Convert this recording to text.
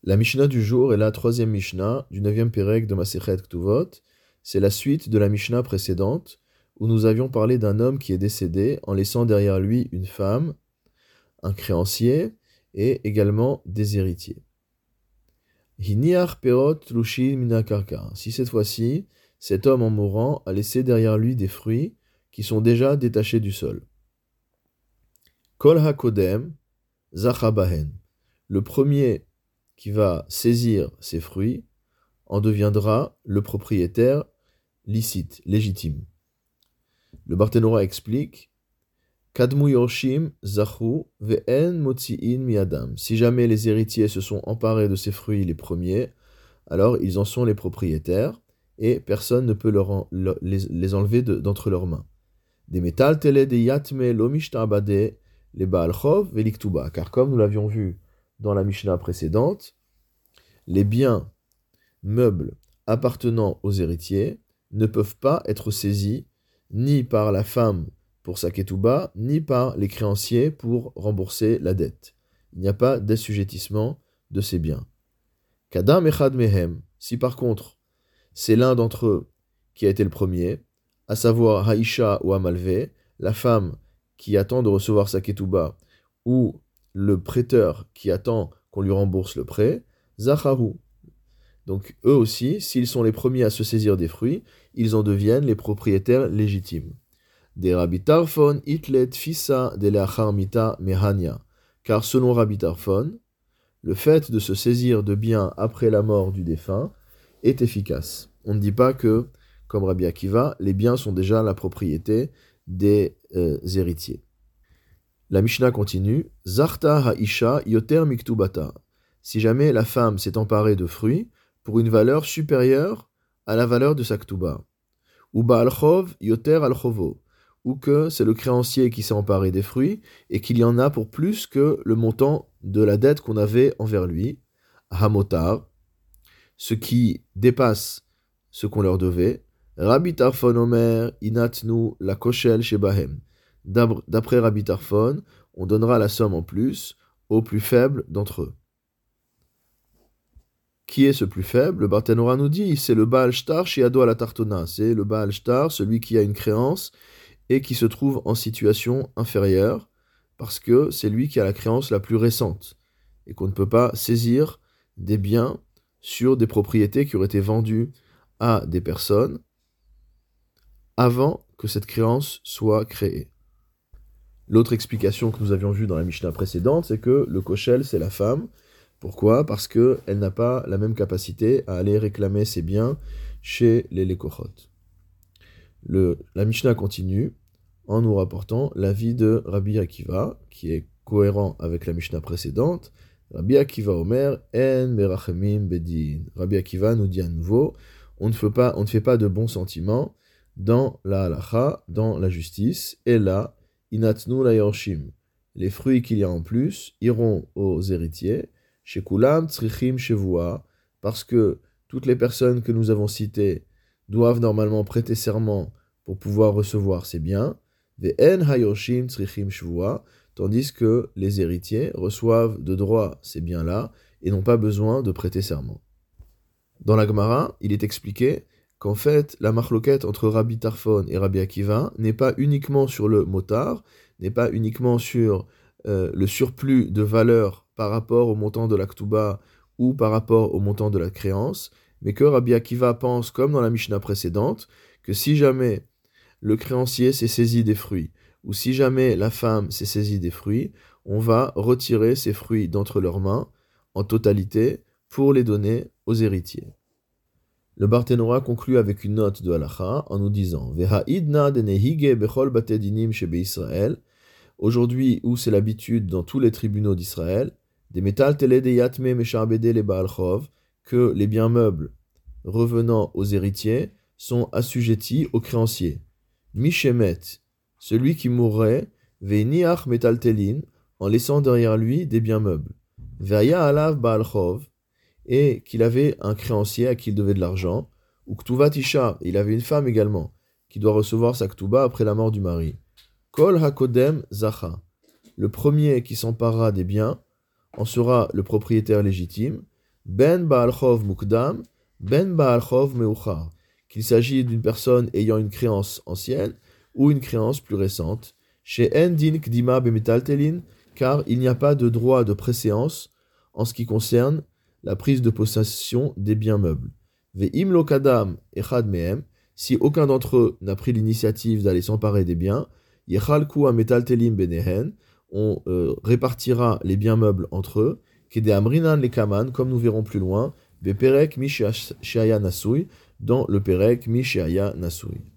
La Mishnah du jour est la troisième Mishnah du 9e Pérec de Masechet Ktuvot. C'est la suite de la Mishnah précédente où nous avions parlé d'un homme qui est décédé en laissant derrière lui une femme, un créancier et également des héritiers. Hiniach perot lushi minakarka. Si cette fois-ci, cet homme en mourant a laissé derrière lui des fruits qui sont déjà détachés du sol. Kol hakodem zachabahen. Le premier qui va saisir ces fruits en deviendra le propriétaire licite, légitime. Le Barthénora explique Kadmu yorshim zachu ve'en motzi'in miadam. Si jamais les héritiers se sont emparés de ces fruits les premiers, alors ils en sont les propriétaires et personne ne peut les enlever d'entre leurs mains. Des métal tele de yatme lomishtabade les baal chov ve'liktuba. Car comme nous l'avions vu dans la Mishnah précédente, les biens meubles appartenant aux héritiers ne peuvent pas être saisis ni par la femme pour sa ketouba, ni par les créanciers pour rembourser la dette. Il n'y a pas d'assujettissement de ces biens. Kadam echad mehem, si par contre c'est l'un d'entre eux qui a été le premier, à savoir Haïcha ou Amalvé, la femme qui attend de recevoir sa ketouba, ou le prêteur qui attend qu'on lui rembourse le prêt, Zacharu. Donc eux aussi, s'ils sont les premiers à se saisir des fruits, ils en deviennent les propriétaires légitimes. Des Rabbi Tarfon itlet fissa de leachar mita mehania. Car selon Rabbi Tarfon, le fait de se saisir de biens après la mort du défunt est efficace. On ne dit pas que, comme Rabbi Akiva, les biens sont déjà la propriété des héritiers. La Mishnah continue, Zarta ha'isha yoter miktubata. Si jamais la femme s'est emparée de fruits pour une valeur supérieure à la valeur de sa ktuba, ou ba'al chov yoter al chovo, ou que c'est le créancier qui s'est emparé des fruits et qu'il y en a pour plus que le montant de la dette qu'on avait envers lui, hamotar, ce qui dépasse ce qu'on leur devait, Rabbi Tarfon Omer inatnu la koshel shebahem. D'après Rabbi Tarfon, on donnera la somme en plus au plus faible d'entre eux. Qui est ce plus faible? Le Barthénora nous dit, c'est le Baal Shtar Shiado à la Tartona. C'est le Baal Shtar, celui qui a une créance et qui se trouve en situation inférieure, parce que c'est lui qui a la créance la plus récente, et qu'on ne peut pas saisir des biens sur des propriétés qui auraient été vendues à des personnes avant que cette créance soit créée. L'autre explication que nous avions vue dans la Mishnah précédente, c'est que le koshel, c'est la femme. Pourquoi? Parce qu'elle n'a pas la même capacité à aller réclamer ses biens chez les lekochot. La Mishnah continue en nous rapportant l'avis de Rabbi Akiva, qui est cohérent avec la Mishnah précédente. Rabbi Akiva Omer, En merachemim bedin. Rabbi Akiva nous dit à nouveau, on ne fait pas de bons sentiments dans la halacha, dans la justice, et là, inatnu la yorshim. Les fruits qu'il y a en plus iront aux héritiers, chez Kulam tzrichim shevua, parce que toutes les personnes que nous avons citées doivent normalement prêter serment pour pouvoir recevoir ces biens, ve'en hayorshim tzrichim shevua, tandis que les héritiers reçoivent de droit ces biens-là et n'ont pas besoin de prêter serment. Dans la Gemara, il est expliqué qu'en fait, la marloquette entre Rabbi Tarfon et Rabbi Akiva n'est pas uniquement sur le motar, n'est pas uniquement sur le surplus de valeur par rapport au montant de la ktuba ou par rapport au montant de la créance, mais que Rabbi Akiva pense, comme dans la Mishnah précédente, que si jamais le créancier s'est saisi des fruits, ou si jamais la femme s'est saisie des fruits, on va retirer ces fruits d'entre leurs mains en totalité pour les donner aux héritiers. Le Barthénora conclut avec une note de halacha en nous disant Ve'ha'idna denehige bechol batedinim shebe Israël. Aujourd'hui, où c'est l'habitude dans tous les tribunaux d'Israël, des métal tele de yatme mesharbede les baal chov, que les biens meubles revenant aux héritiers sont assujettis aux créanciers. Mishemet, celui qui mourrait, ve'niach metal telin, en laissant derrière lui des biens meubles. Ve'aya alav baal chov, et qu'il avait un créancier à qui il devait de l'argent, ou ktuvat isha, il avait une femme également, qui doit recevoir sa ktuba après la mort du mari. Kol hakodem zacha, le premier qui s'emparera des biens en sera le propriétaire légitime. Ben Baal Chov Mukdam, Ben Baal Chov Meuchar, qu'il s'agit d'une personne ayant une créance ancienne ou une créance plus récente. Chez Endin Kdima Bemetaltelin, car il n'y a pas de droit de préséance en ce qui concerne la prise de possession des biens meubles. Ve'im lo kadam echad mehem, si aucun d'entre eux n'a pris l'initiative d'aller s'emparer des biens, yechalku ametaltelim benehen, on répartira les biens meubles entre eux, kede amrinan le kaman, comme nous verrons plus loin, beperek mi sheaya nasui, dans le perek mi sheaya nasui.